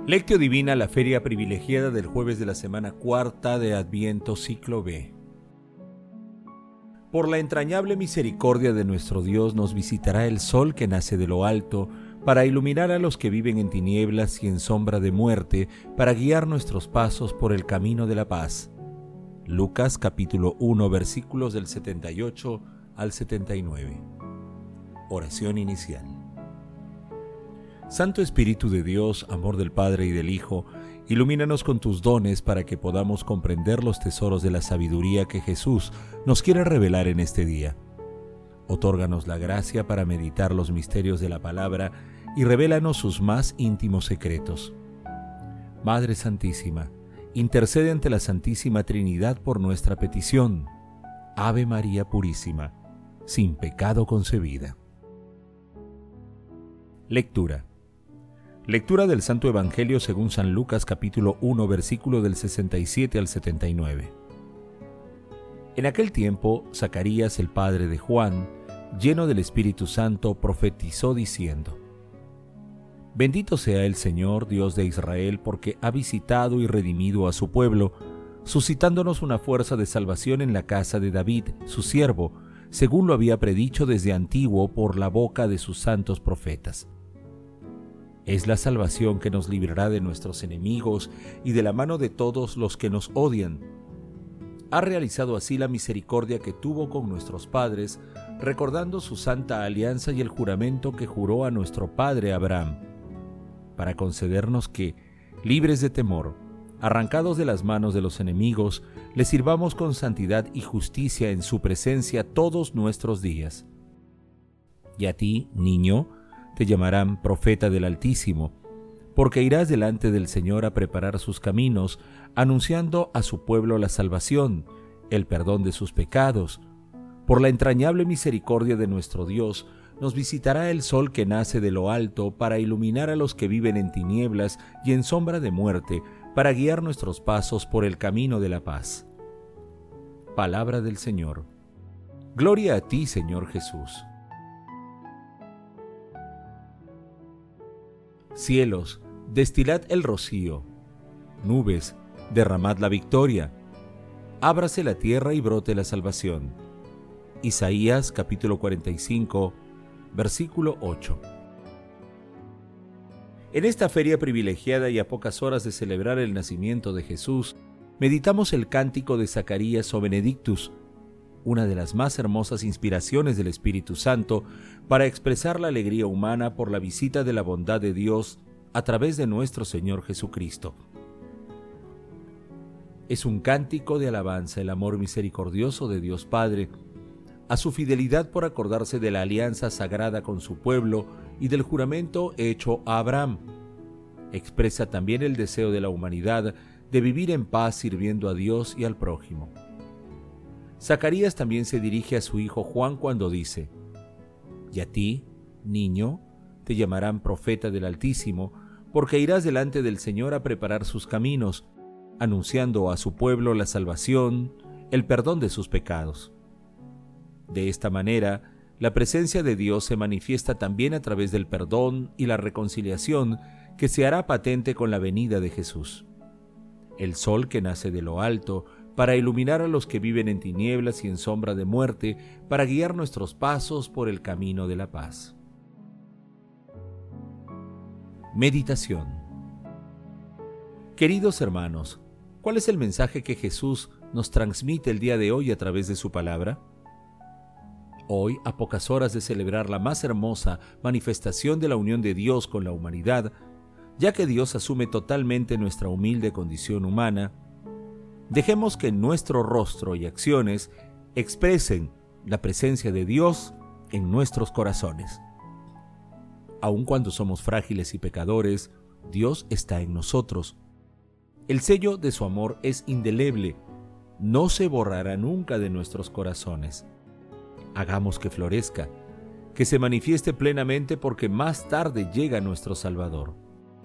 Lectio Divina, la feria privilegiada del jueves de la semana cuarta de Adviento, ciclo B. Por la entrañable misericordia de nuestro Dios nos visitará el sol que nace de lo alto, para iluminar a los que viven en tinieblas y en sombra de muerte, para guiar nuestros pasos por el camino de la paz. Lucas capítulo 1, versículos del 78 al 79. Oración inicial. Santo Espíritu de Dios, amor del Padre y del Hijo, ilumínanos con tus dones para que podamos comprender los tesoros de la sabiduría que Jesús nos quiere revelar en este día. Otórganos la gracia para meditar los misterios de la palabra y revélanos sus más íntimos secretos. Madre Santísima, intercede ante la Santísima Trinidad por nuestra petición. Ave María Purísima, sin pecado concebida. Lectura. Lectura del Santo Evangelio según San Lucas capítulo 1, versículo del 67 al 79. En aquel tiempo, Zacarías, el padre de Juan, lleno del Espíritu Santo, profetizó diciendo: Bendito sea el Señor, Dios de Israel, porque ha visitado y redimido a su pueblo, suscitándonos una fuerza de salvación en la casa de David, su siervo, según lo había predicho desde antiguo por la boca de sus santos profetas. Es la salvación que nos librará de nuestros enemigos y de la mano de todos los que nos odian. Ha realizado así la misericordia que tuvo con nuestros padres, recordando su santa alianza y el juramento que juró a nuestro padre Abraham, para concedernos que, libres de temor, arrancados de las manos de los enemigos, le sirvamos con santidad y justicia en su presencia todos nuestros días. Y a ti, niño, te llamarán profeta del Altísimo, porque irás delante del Señor a preparar sus caminos, anunciando a su pueblo la salvación, el perdón de sus pecados. Por la entrañable misericordia de nuestro Dios, nos visitará el sol que nace de lo alto para iluminar a los que viven en tinieblas y en sombra de muerte, para guiar nuestros pasos por el camino de la paz. Palabra del Señor. Gloria a ti, Señor Jesús. Cielos, destilad el rocío. Nubes, derramad la victoria. Ábrase la tierra y brote la salvación. Isaías capítulo 45, versículo 8. En esta feria privilegiada y a pocas horas de celebrar el nacimiento de Jesús, meditamos el cántico de Zacarías o Benedictus, una de las más hermosas inspiraciones del Espíritu Santo para expresar la alegría humana por la visita de la bondad de Dios a través de nuestro Señor Jesucristo. Es un cántico de alabanza al amor misericordioso de Dios Padre, a su fidelidad por acordarse de la alianza sagrada con su pueblo y del juramento hecho a Abraham. Expresa también el deseo de la humanidad de vivir en paz sirviendo a Dios y al prójimo. Zacarías también se dirige a su hijo Juan cuando dice: Y a ti, niño, te llamarán profeta del Altísimo, porque irás delante del Señor a preparar sus caminos, anunciando a su pueblo la salvación, el perdón de sus pecados. De esta manera, la presencia de Dios se manifiesta también a través del perdón y la reconciliación que se hará patente con la venida de Jesús. El sol que nace de lo alto, para iluminar a los que viven en tinieblas y en sombra de muerte, para guiar nuestros pasos por el camino de la paz. Meditación. Queridos hermanos, ¿cuál es el mensaje que Jesús nos transmite el día de hoy a través de su palabra? Hoy, a pocas horas de celebrar la más hermosa manifestación de la unión de Dios con la humanidad, ya que Dios asume totalmente nuestra humilde condición humana, dejemos que nuestro rostro y acciones expresen la presencia de Dios en nuestros corazones. Aun cuando somos frágiles y pecadores, Dios está en nosotros. El sello de su amor es indeleble, no se borrará nunca de nuestros corazones. Hagamos que florezca, que se manifieste plenamente, porque más tarde llega nuestro Salvador.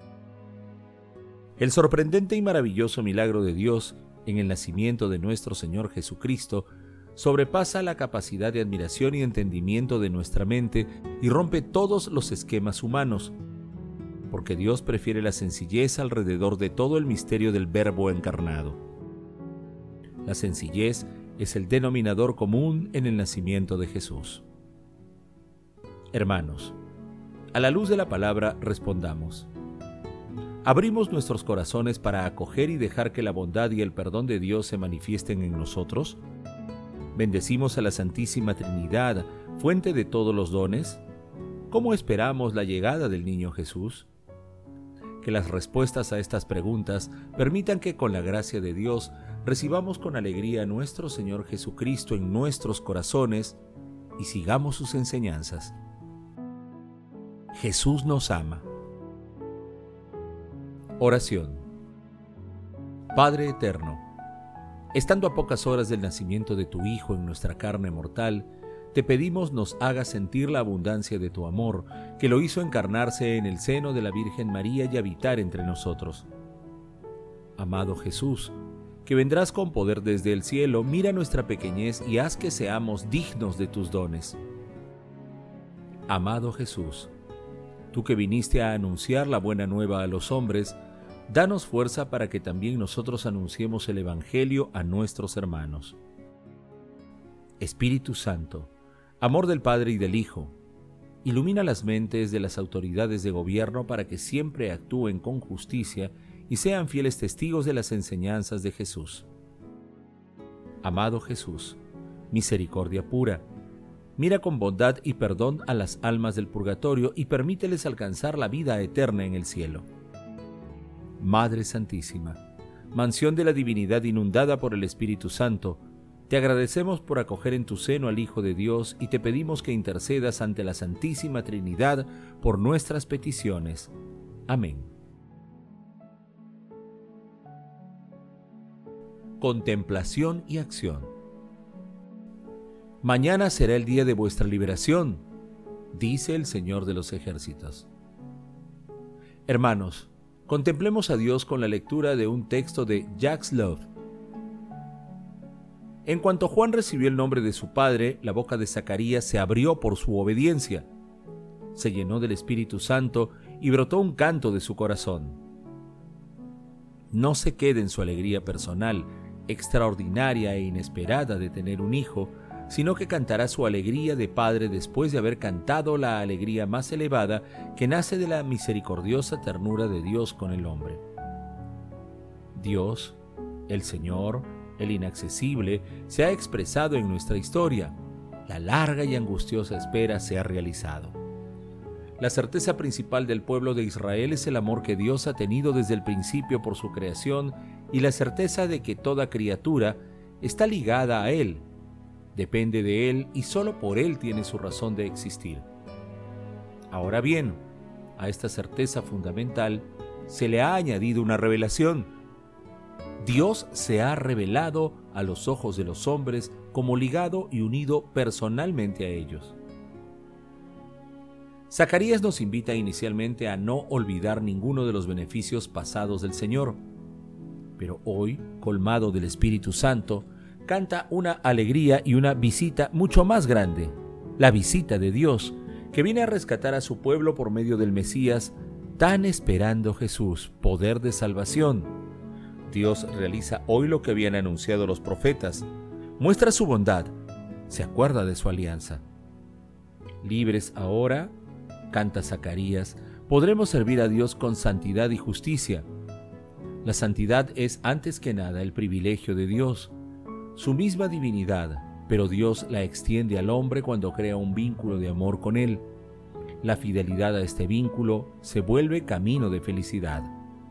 El sorprendente y maravilloso milagro de Dios en el nacimiento de nuestro Señor Jesucristo sobrepasa la capacidad de admiración y entendimiento de nuestra mente y rompe todos los esquemas humanos. porque Dios prefiere la sencillez alrededor de todo el misterio del Verbo encarnado. La sencillez es el denominador común en el nacimiento de Jesús. Hermanos, a la luz de la palabra respondamos. ¿Abrimos nuestros corazones para acoger y dejar que la bondad y el perdón de Dios se manifiesten en nosotros? ¿Bendecimos a la Santísima Trinidad, fuente de todos los dones? ¿Cómo esperamos la llegada del niño Jesús? Que las respuestas a estas preguntas permitan que con la gracia de Dios recibamos con alegría a nuestro Señor Jesucristo en nuestros corazones y sigamos sus enseñanzas. Jesús nos ama. Oración. Padre eterno, estando a pocas horas del nacimiento de tu Hijo en nuestra carne mortal, te pedimos nos hagas sentir la abundancia de tu amor, que lo hizo encarnarse en el seno de la Virgen María y habitar entre nosotros. Amado Jesús, que vendrás con poder desde el cielo, mira nuestra pequeñez y haz que seamos dignos de tus dones. Amado Jesús, tú que viniste a anunciar la buena nueva a los hombres, danos fuerza para que también nosotros anunciemos el Evangelio a nuestros hermanos. Espíritu Santo, amor del Padre y del Hijo, ilumina las mentes de las autoridades de gobierno para que siempre actúen con justicia y sean fieles testigos de las enseñanzas de Jesús. Amado Jesús, misericordia pura, mira con bondad y perdón a las almas del purgatorio y permíteles alcanzar la vida eterna en el cielo. Madre Santísima, mansión de la divinidad inundada por el Espíritu Santo, te agradecemos por acoger en tu seno al Hijo de Dios y te pedimos que intercedas ante la Santísima Trinidad por nuestras peticiones. Amén. Contemplación y acción. Mañana será el día de vuestra liberación, dice el Señor de los ejércitos. Hermanos, contemplemos a Dios con la lectura de un texto de Jacques Love. En cuanto Juan recibió el nombre de su padre, la boca de Zacarías se abrió por su obediencia. Se llenó del Espíritu Santo y brotó un canto de su corazón. No se quede en su alegría personal, extraordinaria e inesperada de tener un hijo, sino que cantará su alegría de padre después de haber cantado la alegría más elevada que nace de la misericordiosa ternura de Dios con el hombre. Dios, el Señor, el inaccesible, se ha expresado en nuestra historia. La larga y angustiosa espera se ha realizado. La certeza principal del pueblo de Israel es el amor que Dios ha tenido desde el principio por su creación y la certeza de que toda criatura está ligada a Él, depende de Él y solo por Él tiene su razón de existir. Ahora bien, a esta certeza fundamental se le ha añadido una revelación. Dios se ha revelado a los ojos de los hombres como ligado y unido personalmente a ellos. Zacarías nos invita inicialmente a no olvidar ninguno de los beneficios pasados del Señor, pero hoy, colmado del Espíritu Santo, canta una alegría y una visita mucho más grande, la visita de Dios, que viene a rescatar a su pueblo por medio del Mesías, tan esperando Jesús, poder de salvación. Dios realiza hoy lo que habían anunciado los profetas, muestra su bondad, se acuerda de su alianza. Libres ahora, canta Zacarías, podremos servir a Dios con santidad y justicia. La santidad es antes que nada el privilegio de Dios, su misma divinidad, pero Dios la extiende al hombre cuando crea un vínculo de amor con él. La fidelidad a este vínculo se vuelve camino de felicidad.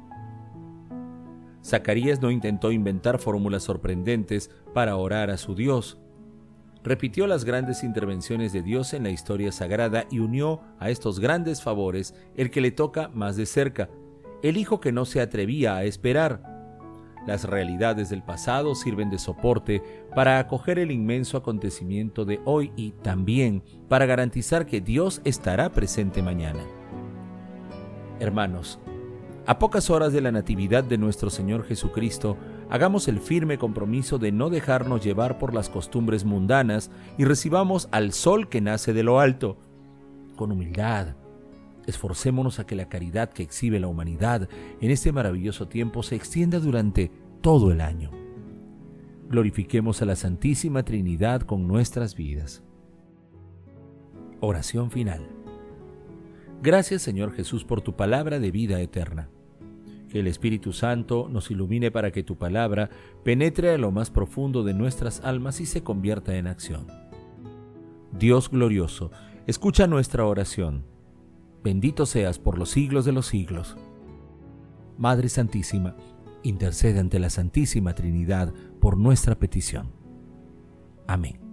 Zacarías no intentó inventar fórmulas sorprendentes para orar a su Dios. Repitió las grandes intervenciones de Dios en la historia sagrada y unió a estos grandes favores el que le toca más de cerca, el hijo que no se atrevía a esperar. Las realidades del pasado sirven de soporte para acoger el inmenso acontecimiento de hoy y también para garantizar que Dios estará presente mañana. Hermanos, a pocas horas de la natividad de nuestro Señor Jesucristo, hagamos el firme compromiso de no dejarnos llevar por las costumbres mundanas y recibamos al sol que nace de lo alto, con humildad, Esforcémonos a que la caridad que exhibe la humanidad en este maravilloso tiempo se extienda durante todo el año. Glorifiquemos a la Santísima Trinidad con nuestras vidas. Oración final. Gracias, Señor Jesús, por tu palabra de vida eterna. Que el Espíritu Santo nos ilumine para que tu palabra penetre a lo más profundo de nuestras almas y se convierta en acción. Dios glorioso, escucha nuestra oración. Bendito seas por los siglos de los siglos. Madre Santísima, intercede ante la Santísima Trinidad por nuestra petición. Amén.